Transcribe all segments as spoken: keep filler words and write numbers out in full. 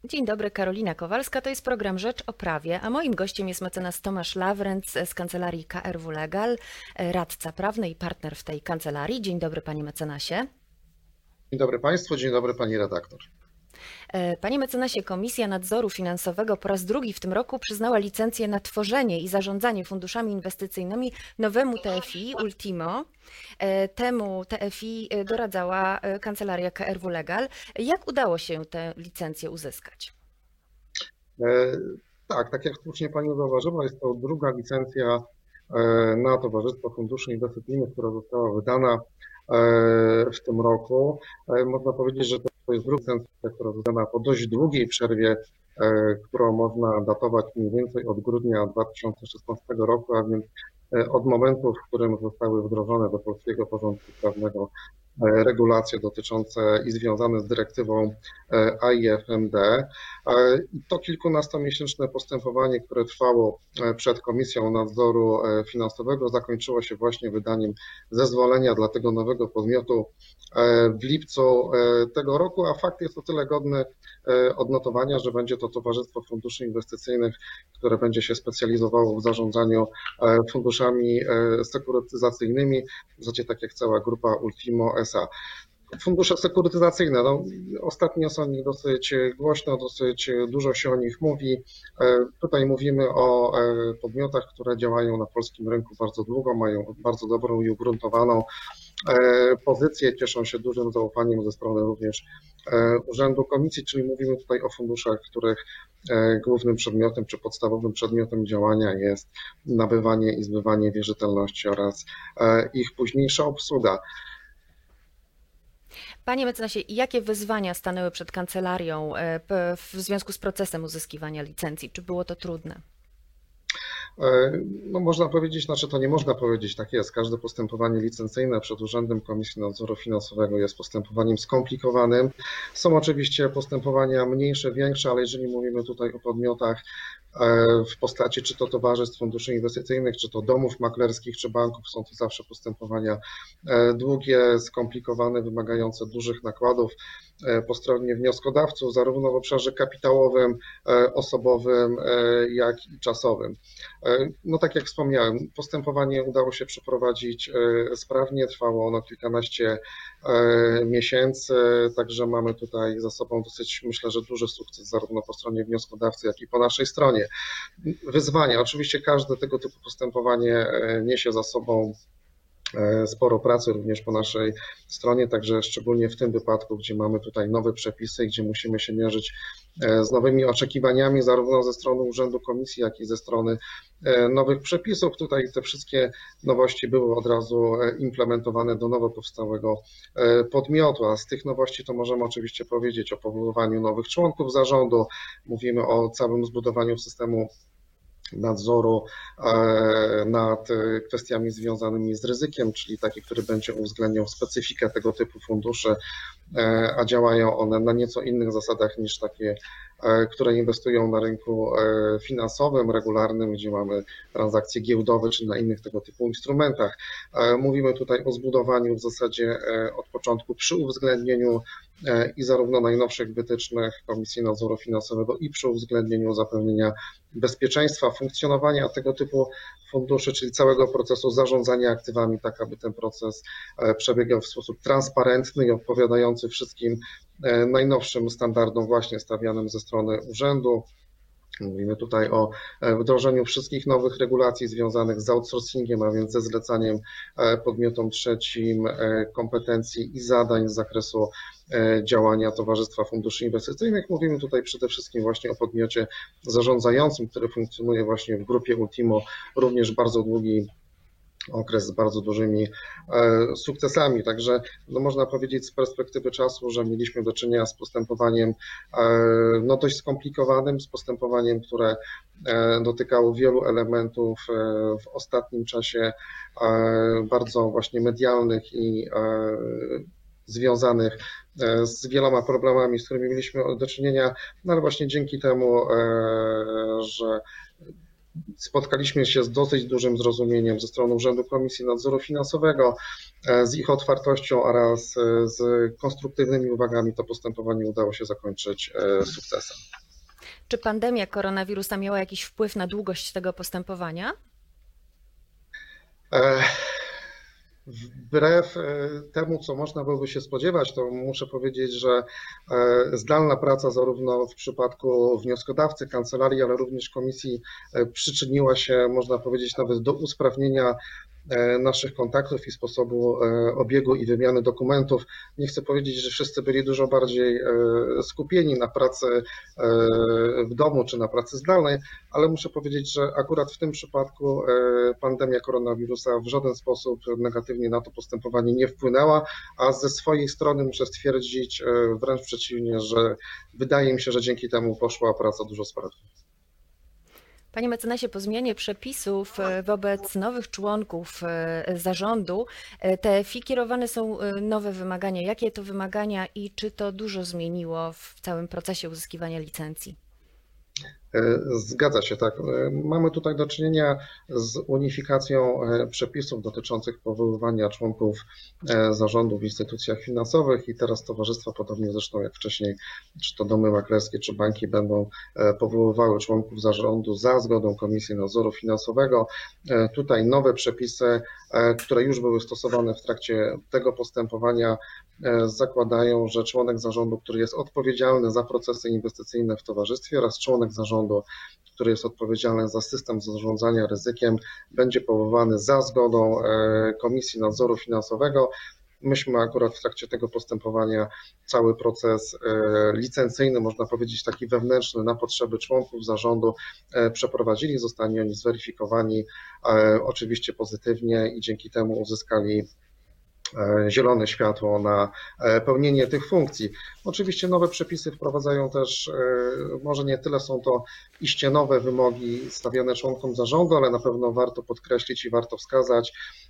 Dzień dobry, Karolina Kowalska, to jest program Rzecz o Prawie, a moim gościem jest mecenas Tomasz Lawrenc z kancelarii K R W Legal, radca prawny i partner w tej kancelarii. Dzień dobry, panie mecenasie. Dzień dobry Państwu, dzień dobry pani redaktor. Panie mecenasie, Komisja Nadzoru Finansowego po raz drugi w tym roku przyznała licencję na tworzenie i zarządzanie funduszami inwestycyjnymi nowemu T F I Ultimo. Temu T F I doradzała kancelaria K R W Legal. Jak udało się tę licencję uzyskać? Tak, tak jak słusznie pani zauważyła, jest to druga licencja na Towarzystwo Funduszy Inwestycyjnych, która została wydana w tym roku. Można powiedzieć, że to jest druga licencja, która wydana po dość długiej przerwie, którą można datować mniej więcej od grudnia dwa tysiące szesnastego roku, a więc od momentu, w którym zostały wdrożone do polskiego porządku prawnego regulacje dotyczące i związane z dyrektywą A I F M D. To kilkunastomiesięczne postępowanie, które trwało przed Komisją Nadzoru Finansowego, zakończyło się właśnie wydaniem zezwolenia dla tego nowego podmiotu w lipcu tego roku, a fakt jest o tyle godny odnotowania, że będzie to Towarzystwo Funduszy Inwestycyjnych, które będzie się specjalizowało w zarządzaniu funduszami sekurytyzacyjnymi, w zasadzie tak jak cała grupa Ultimo S A. Fundusze sekurytyzacyjne, no, ostatnio są o nich dosyć głośno, dosyć dużo się o nich mówi. Tutaj mówimy o podmiotach, które działają na polskim rynku bardzo długo, mają bardzo dobrą i ugruntowaną pozycję, cieszą się dużym zaufaniem ze strony również Urzędu Komisji, czyli mówimy tutaj o funduszach, których głównym przedmiotem czy podstawowym przedmiotem działania jest nabywanie i zbywanie wierzytelności oraz ich późniejsza obsługa. Panie mecenasie, jakie wyzwania stanęły przed kancelarią w związku z procesem uzyskiwania licencji? Czy było to trudne? No można powiedzieć, znaczy to nie można powiedzieć, tak jest. Każde postępowanie licencyjne przed Urzędem Komisji Nadzoru Finansowego jest postępowaniem skomplikowanym. Są oczywiście postępowania mniejsze, większe, ale jeżeli mówimy tutaj o podmiotach w postaci czy to towarzystw funduszy inwestycyjnych, czy to domów maklerskich, czy banków, są to zawsze postępowania długie, skomplikowane, wymagające dużych nakładów po stronie wnioskodawców, zarówno w obszarze kapitałowym, osobowym, jak i czasowym. No tak jak wspomniałem, postępowanie udało się przeprowadzić sprawnie, trwało ono kilkanaście miesięcy, także mamy tutaj za sobą dosyć, myślę, że duży sukces zarówno po stronie wnioskodawcy, jak i po naszej stronie. Wyzwania, oczywiście każde tego typu postępowanie niesie za sobą sporo pracy również po naszej stronie, także szczególnie w tym wypadku, gdzie mamy tutaj nowe przepisy, gdzie musimy się mierzyć z nowymi oczekiwaniami zarówno ze strony Urzędu Komisji, jak i ze strony nowych przepisów. Tutaj te wszystkie nowości były od razu implementowane do nowo powstałego podmiotu, a z tych nowości to możemy oczywiście powiedzieć o powoływaniu nowych członków zarządu, mówimy o całym zbudowaniu systemu nadzoru nad kwestiami związanymi z ryzykiem, czyli taki, który będzie uwzględniał specyfikę tego typu funduszy, a działają one na nieco innych zasadach niż takie, które inwestują na rynku finansowym, regularnym, gdzie mamy transakcje giełdowe, czy na innych tego typu instrumentach. Mówimy tutaj o zbudowaniu w zasadzie od początku przy uwzględnieniu i zarówno najnowszych wytycznych Komisji Nadzoru Finansowego i przy uwzględnieniu zapewnienia bezpieczeństwa funkcjonowania tego typu funduszy, czyli całego procesu zarządzania aktywami, tak aby ten proces przebiegał w sposób transparentny i odpowiadający wszystkim najnowszym standardom właśnie stawianym ze strony urzędu. Mówimy tutaj o wdrożeniu wszystkich nowych regulacji związanych z outsourcingiem, a więc ze zlecaniem podmiotom trzecim kompetencji i zadań z zakresu działania Towarzystwa Funduszy Inwestycyjnych. Mówimy tutaj przede wszystkim właśnie o podmiocie zarządzającym, który funkcjonuje właśnie w grupie Ultimo również bardzo długi okres z bardzo dużymi sukcesami. Także no można powiedzieć z perspektywy czasu, że mieliśmy do czynienia z postępowaniem no dość skomplikowanym, z postępowaniem, które dotykało wielu elementów w ostatnim czasie bardzo właśnie medialnych i związanych z wieloma problemami, z którymi mieliśmy do czynienia, no ale właśnie dzięki temu, że spotkaliśmy się z dosyć dużym zrozumieniem ze strony Urzędu Komisji Nadzoru Finansowego, z ich otwartością oraz z konstruktywnymi uwagami, to postępowanie udało się zakończyć sukcesem. Czy pandemia koronawirusa miała jakiś wpływ na długość tego postępowania? Wbrew temu, co można byłoby się spodziewać, to muszę powiedzieć, że zdalna praca zarówno w przypadku wnioskodawcy, kancelarii, ale również komisji przyczyniła się, można powiedzieć, nawet do usprawnienia naszych kontaktów i sposobu obiegu i wymiany dokumentów. Nie chcę powiedzieć, że wszyscy byli dużo bardziej skupieni na pracy w domu czy na pracy zdalnej, ale muszę powiedzieć, że akurat w tym przypadku pandemia koronawirusa w żaden sposób negatywnie na to postępowanie nie wpłynęła, a ze swojej strony muszę stwierdzić wręcz przeciwnie, że wydaje mi się, że dzięki temu poszła praca dużo sprawniej. Panie mecenasie, po zmianie przepisów wobec nowych członków zarządu T F I kierowane są nowe wymagania. Jakie to wymagania i czy to dużo zmieniło w całym procesie uzyskiwania licencji? Zgadza się, tak. Mamy tutaj do czynienia z unifikacją przepisów dotyczących powoływania członków zarządu w instytucjach finansowych i teraz towarzystwa, podobnie zresztą jak wcześniej, czy to domy maklerskie, czy banki będą powoływały członków zarządu za zgodą Komisji Nadzoru Finansowego. Tutaj nowe przepisy, które już były stosowane w trakcie tego postępowania, zakładają, że członek zarządu, który jest odpowiedzialny za procesy inwestycyjne w towarzystwie oraz członek zarządu, który jest odpowiedzialny za system zarządzania ryzykiem, będzie powoływany za zgodą Komisji Nadzoru Finansowego. Myśmy akurat w trakcie tego postępowania cały proces licencyjny, można powiedzieć taki wewnętrzny, na potrzeby członków zarządu przeprowadzili. Zostali oni zweryfikowani oczywiście pozytywnie i dzięki temu uzyskali zielone światło na pełnienie tych funkcji. Oczywiście nowe przepisy wprowadzają też, może nie tyle są to iście nowe wymogi stawiane członkom zarządu, ale na pewno warto podkreślić i warto wskazać,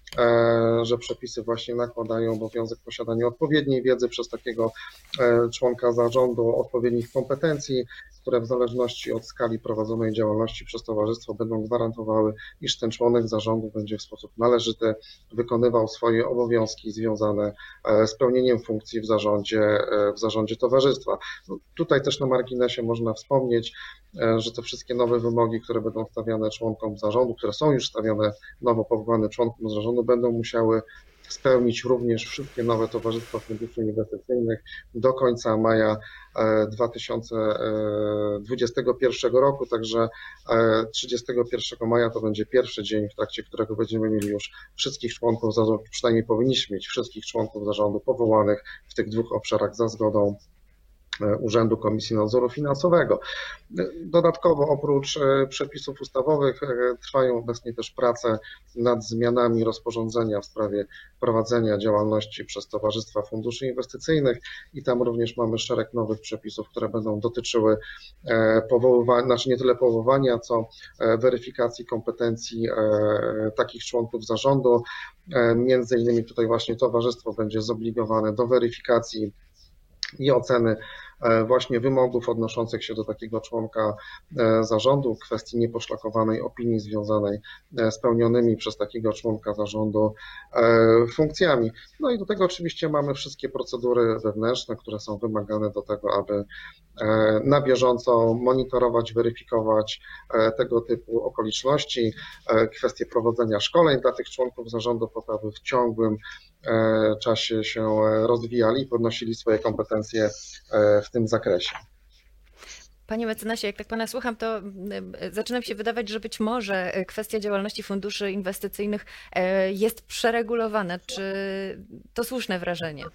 że przepisy właśnie nakładają obowiązek posiadania odpowiedniej wiedzy przez takiego członka zarządu, odpowiednich kompetencji, które w zależności od skali prowadzonej działalności przez towarzystwo będą gwarantowały, iż ten członek zarządu będzie w sposób należyty wykonywał swoje obowiązki związane z pełnieniem funkcji w zarządzie, w zarządzie towarzystwa. Tutaj też na marginesie można wspomnieć, że te wszystkie nowe wymogi, które będą stawiane członkom zarządu, które są już stawiane nowo powołanym członkom zarządu, będą musiały spełnić również wszystkie nowe towarzystwa funduszy inwestycyjnych do końca maja dwa tysiące dwudziestego pierwszego roku, także trzydziestego pierwszego maja to będzie pierwszy dzień, w trakcie którego będziemy mieli już wszystkich członków zarządu, przynajmniej powinniśmy mieć wszystkich członków zarządu powołanych w tych dwóch obszarach za zgodą Urzędu Komisji Nadzoru Finansowego. Dodatkowo oprócz przepisów ustawowych trwają obecnie też prace nad zmianami rozporządzenia w sprawie prowadzenia działalności przez towarzystwa funduszy inwestycyjnych i tam również mamy szereg nowych przepisów, które będą dotyczyły powoływania, znaczy nie tyle powoływania, co weryfikacji kompetencji takich członków zarządu. Między innymi tutaj właśnie towarzystwo będzie zobligowane do weryfikacji i oceny właśnie wymogów odnoszących się do takiego członka zarządu, kwestii nieposzlakowanej opinii związanej z pełnionymi przez takiego członka zarządu funkcjami. No i do tego oczywiście mamy wszystkie procedury wewnętrzne, które są wymagane do tego, aby na bieżąco monitorować, weryfikować tego typu okoliczności, kwestie prowadzenia szkoleń dla tych członków zarządu, po to aby w ciągłym czasie się rozwijali i podnosili swoje kompetencje w tym zakresie. Panie mecenasie, jak tak pana słucham, to zaczyna mi się wydawać, że być może kwestia działalności funduszy inwestycyjnych jest przeregulowana. Czy to słuszne wrażenie?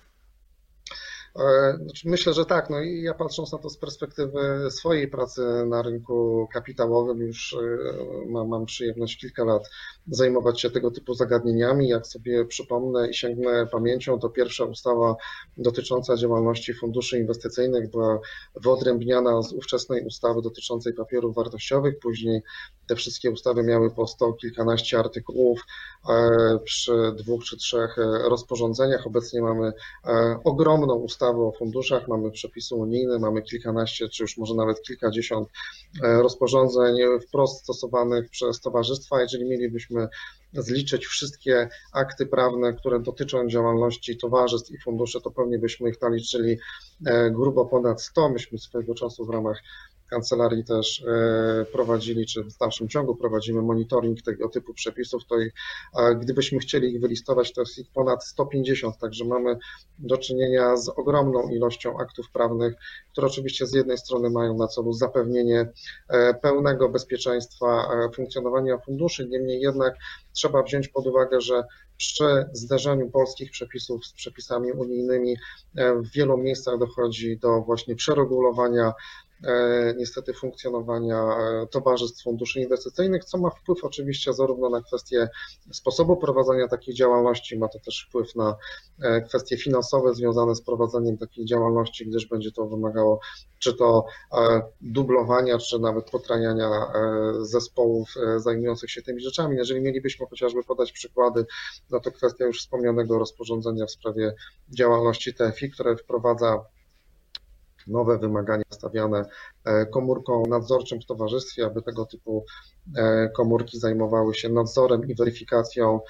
Myślę, że tak. No i ja patrząc na to z perspektywy swojej pracy na rynku kapitałowym, już mam, mam przyjemność kilka lat zajmować się tego typu zagadnieniami. Jak sobie przypomnę i sięgnę pamięcią, to pierwsza ustawa dotycząca działalności funduszy inwestycyjnych była wyodrębniana z ówczesnej ustawy dotyczącej papierów wartościowych. Później te wszystkie ustawy miały po sto kilkanaście artykułów przy dwóch czy trzech rozporządzeniach. Obecnie mamy ogromną ustawę o funduszach, mamy przepisy unijne, mamy kilkanaście, czy już może nawet kilkadziesiąt rozporządzeń wprost stosowanych przez towarzystwa. Jeżeli mielibyśmy zliczyć wszystkie akty prawne, które dotyczą działalności towarzystw i funduszy, to pewnie byśmy ich naliczyli grubo ponad sto. Myśmy swojego czasu w ramach kancelarii też prowadzili, czy w dalszym ciągu prowadzimy monitoring tego typu przepisów, to ich, gdybyśmy chcieli ich wylistować, to jest ich ponad sto pięćdziesiąt, także mamy do czynienia z ogromną ilością aktów prawnych, które oczywiście z jednej strony mają na celu zapewnienie pełnego bezpieczeństwa funkcjonowania funduszy, niemniej jednak trzeba wziąć pod uwagę, że przy zderzeniu polskich przepisów z przepisami unijnymi w wielu miejscach dochodzi do właśnie przeregulowania niestety funkcjonowania towarzystw funduszy inwestycyjnych, co ma wpływ oczywiście zarówno na kwestie sposobu prowadzenia takiej działalności, ma to też wpływ na kwestie finansowe związane z prowadzeniem takiej działalności, gdyż będzie to wymagało czy to dublowania, czy nawet potrajania zespołów zajmujących się tymi rzeczami. Jeżeli mielibyśmy chociażby podać przykłady, no to kwestia już wspomnianego rozporządzenia w sprawie działalności T F I, które wprowadza nowe wymagania stawiane komórkom nadzorczym w towarzystwie, aby tego typu komórki zajmowały się nadzorem i weryfikacją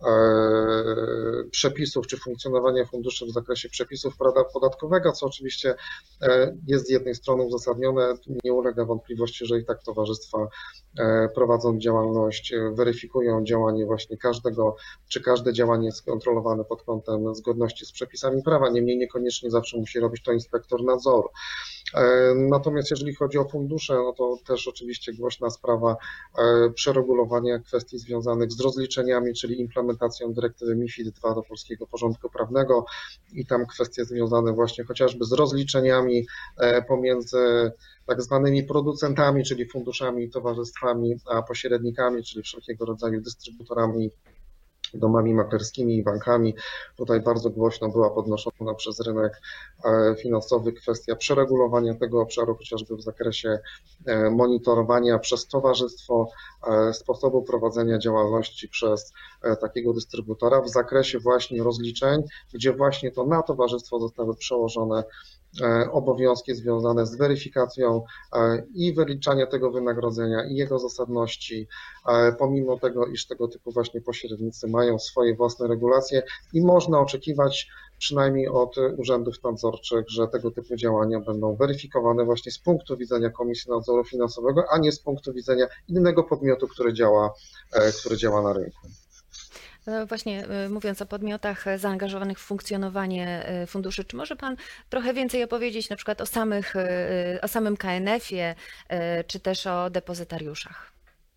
przepisów czy funkcjonowania funduszy w zakresie przepisów prawa podatkowego, co oczywiście jest z jednej strony uzasadnione, nie ulega wątpliwości, że i tak towarzystwa prowadzą działalność, weryfikują działanie właśnie każdego, czy każde działanie jest kontrolowane pod kątem zgodności z przepisami prawa, niemniej niekoniecznie zawsze musi robić to inspektor nadzoru. Natomiast jeżeli chodzi o fundusze, no to też oczywiście głośna sprawa przeregulowania kwestii związanych z rozliczeniami, czyli implementacją dyrektywy MiFID dwa do polskiego porządku prawnego i tam kwestie związane właśnie chociażby z rozliczeniami pomiędzy tak zwanymi producentami, czyli funduszami i towarzystwami, a pośrednikami, czyli wszelkiego rodzaju dystrybutorami, domami maklerskimi i bankami. Tutaj bardzo głośno była podnoszona przez rynek finansowy kwestia przeregulowania tego obszaru, chociażby w zakresie monitorowania przez towarzystwo sposobu prowadzenia działalności przez takiego dystrybutora w zakresie właśnie rozliczeń, gdzie właśnie to na towarzystwo zostały przełożone obowiązki związane z weryfikacją i wyliczania tego wynagrodzenia i jego zasadności, pomimo tego, iż tego typu właśnie pośrednicy mają swoje własne regulacje i można oczekiwać przynajmniej od urzędów nadzorczych, że tego typu działania będą weryfikowane właśnie z punktu widzenia Komisji Nadzoru Finansowego, a nie z punktu widzenia innego podmiotu, który działa, który działa na rynku. No właśnie, mówiąc o podmiotach zaangażowanych w funkcjonowanie funduszy, czy może Pan trochę więcej opowiedzieć na przykład o, samych, o samym K N F-ie, czy też o depozytariuszach?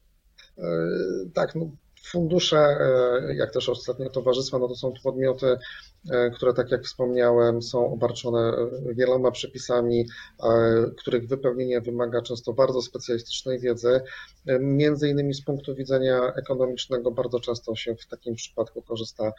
Tak, no fundusze, jak też ostatnio towarzystwa, no to są podmioty, które, tak jak wspomniałem, są obarczone wieloma przepisami, których wypełnienie wymaga często bardzo specjalistycznej wiedzy. Między innymi z punktu widzenia ekonomicznego bardzo często się w takim przypadku korzysta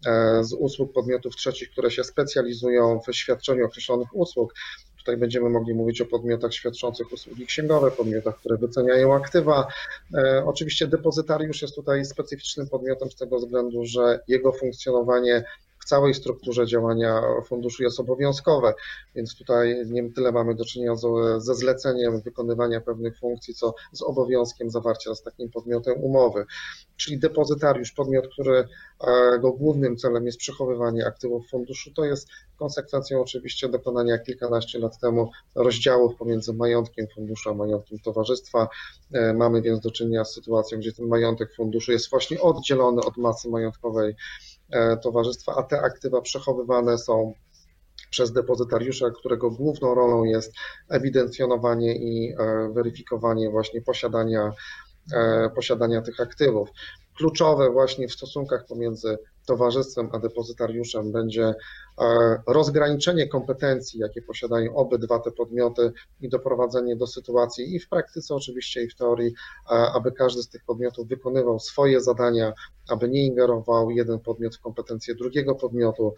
z usług podmiotów trzecich, które się specjalizują w świadczeniu określonych usług. Tutaj będziemy mogli mówić o podmiotach świadczących usługi księgowe, podmiotach, które wyceniają aktywa. Oczywiście depozytariusz jest tutaj specyficznym podmiotem z tego względu, że jego funkcjonowanie w całej strukturze działania funduszu jest obowiązkowe, więc tutaj nie tyle mamy do czynienia z, ze zleceniem wykonywania pewnych funkcji, co z obowiązkiem zawarcia z takim podmiotem umowy. Czyli depozytariusz, podmiot, którego głównym celem jest przechowywanie aktywów funduszu, to jest konsekwencją oczywiście dokonania kilkanaście lat temu rozdziałów pomiędzy majątkiem funduszu a majątkiem towarzystwa. Mamy więc do czynienia z sytuacją, gdzie ten majątek funduszu jest właśnie oddzielony od masy majątkowej towarzystwa, a te aktywa przechowywane są przez depozytariusza, którego główną rolą jest ewidencjonowanie i weryfikowanie właśnie posiadania, posiadania tych aktywów. Kluczowe właśnie w stosunkach pomiędzy towarzystwem a depozytariuszem będzie rozgraniczenie kompetencji, jakie posiadają obydwa te podmioty i doprowadzenie do sytuacji i w praktyce oczywiście i w teorii, aby każdy z tych podmiotów wykonywał swoje zadania, aby nie ingerował jeden podmiot w kompetencje drugiego podmiotu,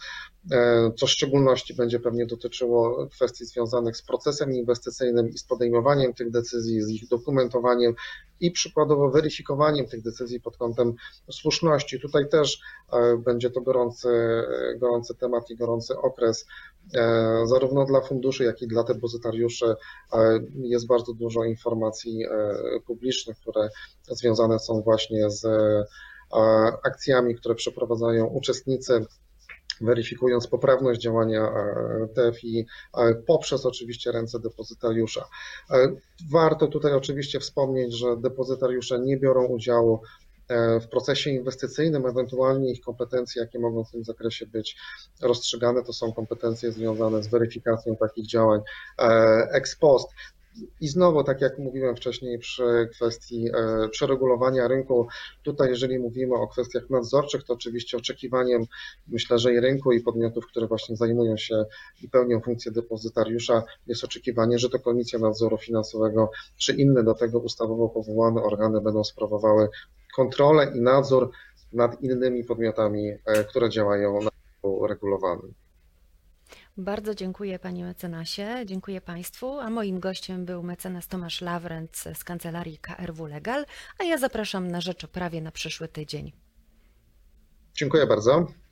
co w szczególności będzie pewnie dotyczyło kwestii związanych z procesem inwestycyjnym i z podejmowaniem tych decyzji, z ich dokumentowaniem i przykładowo weryfikowaniem tych decyzji pod kątem słuszności. Tutaj też będzie to gorący, gorący temat i gorący okres, zarówno dla funduszy, jak i dla depozytariuszy. Jest bardzo dużo informacji publicznych, które związane są właśnie z akcjami, które przeprowadzają uczestnicy, weryfikując poprawność działania T F I poprzez oczywiście ręce depozytariusza. Warto tutaj oczywiście wspomnieć, że depozytariusze nie biorą udziału w procesie inwestycyjnym, ewentualnie ich kompetencje, jakie mogą w tym zakresie być rozstrzygane, to są kompetencje związane z weryfikacją takich działań ex post. I znowu, tak jak mówiłem wcześniej przy kwestii przeregulowania rynku, tutaj jeżeli mówimy o kwestiach nadzorczych, to oczywiście oczekiwaniem, myślę, że i rynku, i podmiotów, które właśnie zajmują się i pełnią funkcję depozytariusza, jest oczekiwanie, że to Komisja Nadzoru Finansowego czy inne do tego ustawowo powołane organy będą sprawowały kontrolę i nadzór nad innymi podmiotami, które działają na rynku regulowanym. Bardzo dziękuję panie mecenasie, dziękuję państwu, a moim gościem był mecenas Tomasz Lawrenc z kancelarii K R W Legal, a ja zapraszam na Rzecz o Prawie na przyszły tydzień. Dziękuję bardzo.